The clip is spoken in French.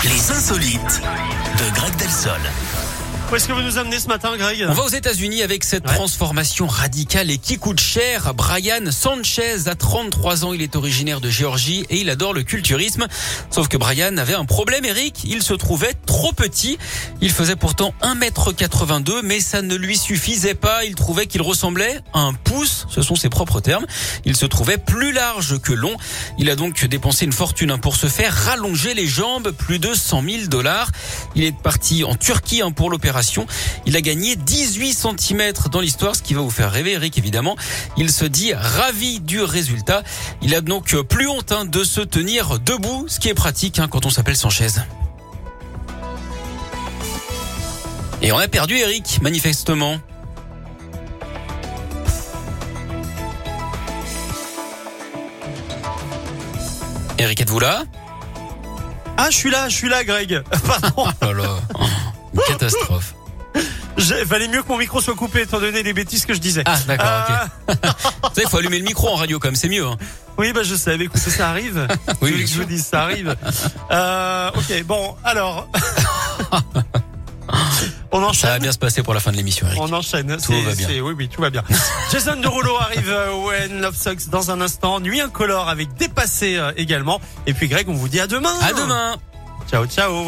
Les insolites de Greg Delsol. Où est-ce que vous nous amenez ce matin, Greg ? On va aux États-Unis avec cette transformation radicale et qui coûte cher. Brian Sanchez a 33 ans, il est originaire de Géorgie et il adore le culturisme. Sauf que Brian avait un problème, Eric, il se trouvait trop petit. Il faisait pourtant 1m82, mais ça ne lui suffisait pas. Il trouvait qu'il ressemblait à un pouce, ce sont ses propres termes. Il se trouvait plus large que long. Il a donc dépensé une fortune pour se faire rallonger les jambes, plus de $100,000. Il est parti en Turquie pour l'opération. Il a gagné 18 cm dans l'histoire, ce qui va vous faire rêver, Eric, évidemment. Il se dit ravi du résultat. Il a donc plus honte de se tenir debout, ce qui est pratique quand on s'appelle Sanchez. Et on a perdu Eric, manifestement. Eric, êtes-vous là ? Ah, je suis là, Greg. Pardon. Oh là là, une catastrophe. Valait mieux que mon micro soit coupé étant donné les bêtises que je disais. Ah, d'accord, ok. Vous savez, il faut allumer le micro en radio, comme c'est mieux. Oui, je sais. Écoutez, ça arrive. Oui, je voulais que je vous dise, ça arrive. Ok, bon, alors. On enchaîne. Ça va bien se passer pour la fin de l'émission, Eric. On enchaîne. Tout va bien. Oui, tout va bien. Jason Derulo arrive When Love Sucks dans un instant. Nuit incolore avec Dépassé également. Et puis Greg, on vous dit à demain. À demain. Ciao, ciao.